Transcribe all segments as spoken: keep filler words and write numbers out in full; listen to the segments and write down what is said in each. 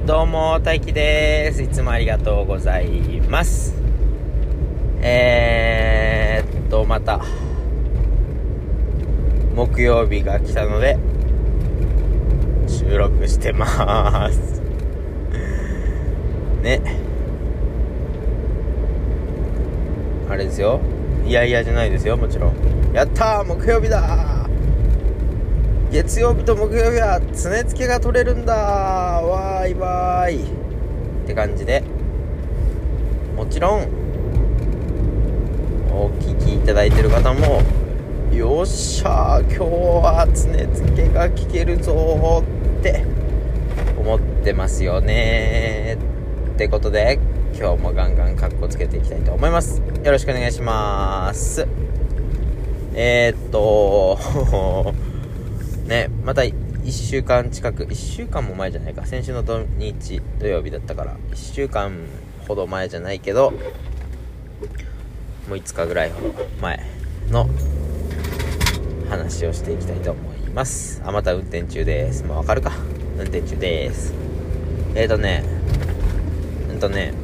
どうも大輝です。いつもありがとうございます。えーっとまた木曜日が来たので収録してますね。あれですよ、いやいやじゃないですよ。もちろんやったー木曜日だー、月曜日と木曜日は常付けが取れるんだー、わーいわーいって感じで、もちろんお聞きいただいてる方もよっしゃー今日は常付けが聞けるぞーって思ってますよねーってことで、今日もガンガンカッコつけていきたいと思います。よろしくお願いします。えーっとね、またいっしゅうかん近く、いっしゅうかんも前じゃないか、先週の土日土曜日だったからいっしゅうかんほど前じゃないけどもういつかぐらいほど前の話をしていきたいと思います。あ、また運転中です。もうわかるか、運転中です。えーとねうんとね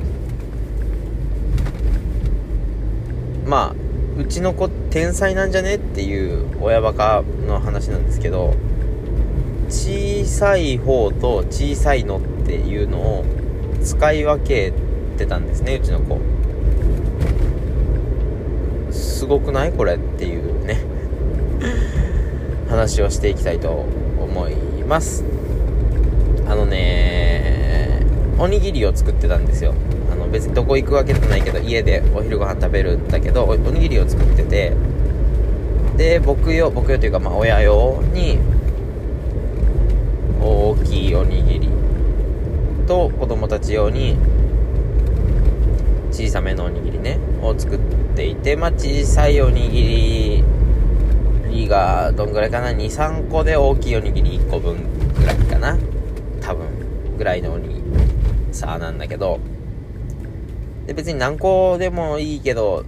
まあうちの子天才なんじゃねっていう親バカの話なんですけど、小さい方と小さいのっていうのを使い分けてたんですね、うちの子。すごくないこれっていうね話をしていきたいと思います。あのねおにぎりを作ってたんですよ。あの別にどこ行くわけでもないけど家でお昼ご飯食べるんだけど お, おにぎりを作ってて、で僕用僕用というかまあ親用に大きいおにぎりと子供たち用に小さめのおにぎりねを作っていて、まあ小さいおにぎりがどんぐらいかな、 にさんこで大きいおにぎりいっこぶんぐらいかな、多分ぐらいのおにぎりさあなんだけど、で別に何個でもいいけど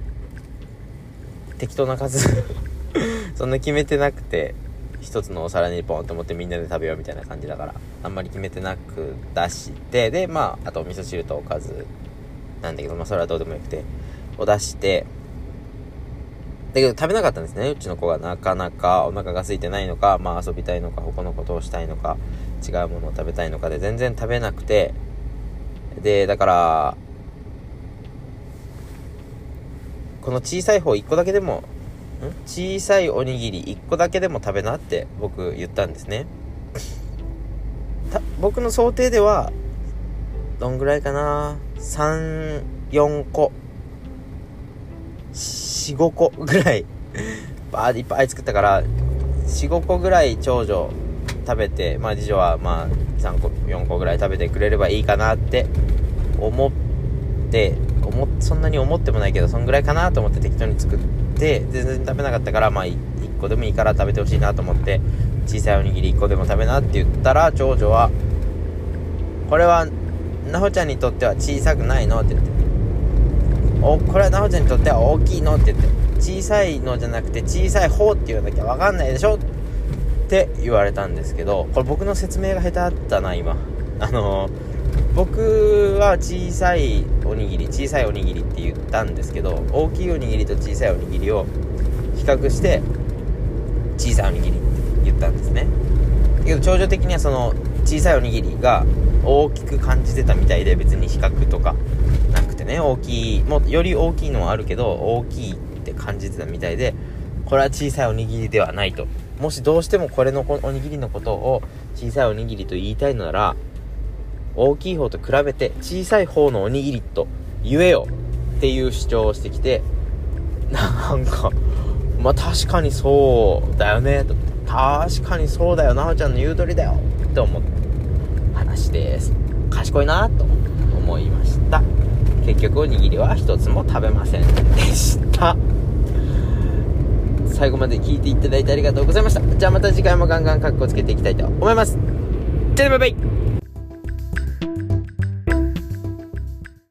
適当な数そんな決めてなくて、一つのお皿にポンと持ってみんなで食べようみたいな感じだからあんまり決めてなく出して、でまああとお味噌汁とおかずなんだけど、まあそれはどうでもよくてを出して、だけど食べなかったんですね。うちの子がなかなかお腹が空いてないのか、まあ遊びたいのか他のことをしたいのか違うものを食べたいのかで全然食べなくて、でだからこの小さい方いっこだけでもん小さいおにぎりいっこだけでも食べなって僕言ったんですね。僕の想定ではどんぐらいかな、さん、よんこよん、ごこぐらいバーでいっぱい作ったからよん、ごこぐらい長女食べて、まあ次女はまあさんこよんこぐらい食べてくれればいいかなって思って思そんなに思ってもないけどそんぐらいかなと思って適当に作って全然食べなかったから、まあいっこでもいいから食べてほしいなと思って小さいおにぎりいっこでも食べなって言ったら、長女はこれはなほちゃんにとっては小さくないのって言って、おこれはなほちゃんにとっては大きいのって言って、小さいのじゃなくて小さい方って言わなきゃ分かんないでしょって言われたんですけど、これ僕の説明が下手だったな今。あのー、僕は小さいおにぎり小さいおにぎりって言ったんですけど、大きいおにぎりと小さいおにぎりを比較して小さいおにぎりって言ったんですね。だけど長女的にはその小さいおにぎりが大きく感じてたみたいで、別に比較とかなくてね、大きいもうより大きいのはあるけど大きいって感じてたみたいで、これは小さいおにぎりではないと。もしどうしてもこれのおにぎりのことを小さいおにぎりと言いたいのなら大きい方と比べて小さい方のおにぎりと言えよっていう主張をしてきて、なんかまあ確かにそうだよねと、確かにそうだよなほちゃんの言う通りだよって思った話です。賢いなと思いました。結局おにぎりは一つも食べませんでした。最後まで聞いていただいてありがとうございました。じゃあまた次回もガンガンカッコつけていきたいと思います。じゃあねバイバイ。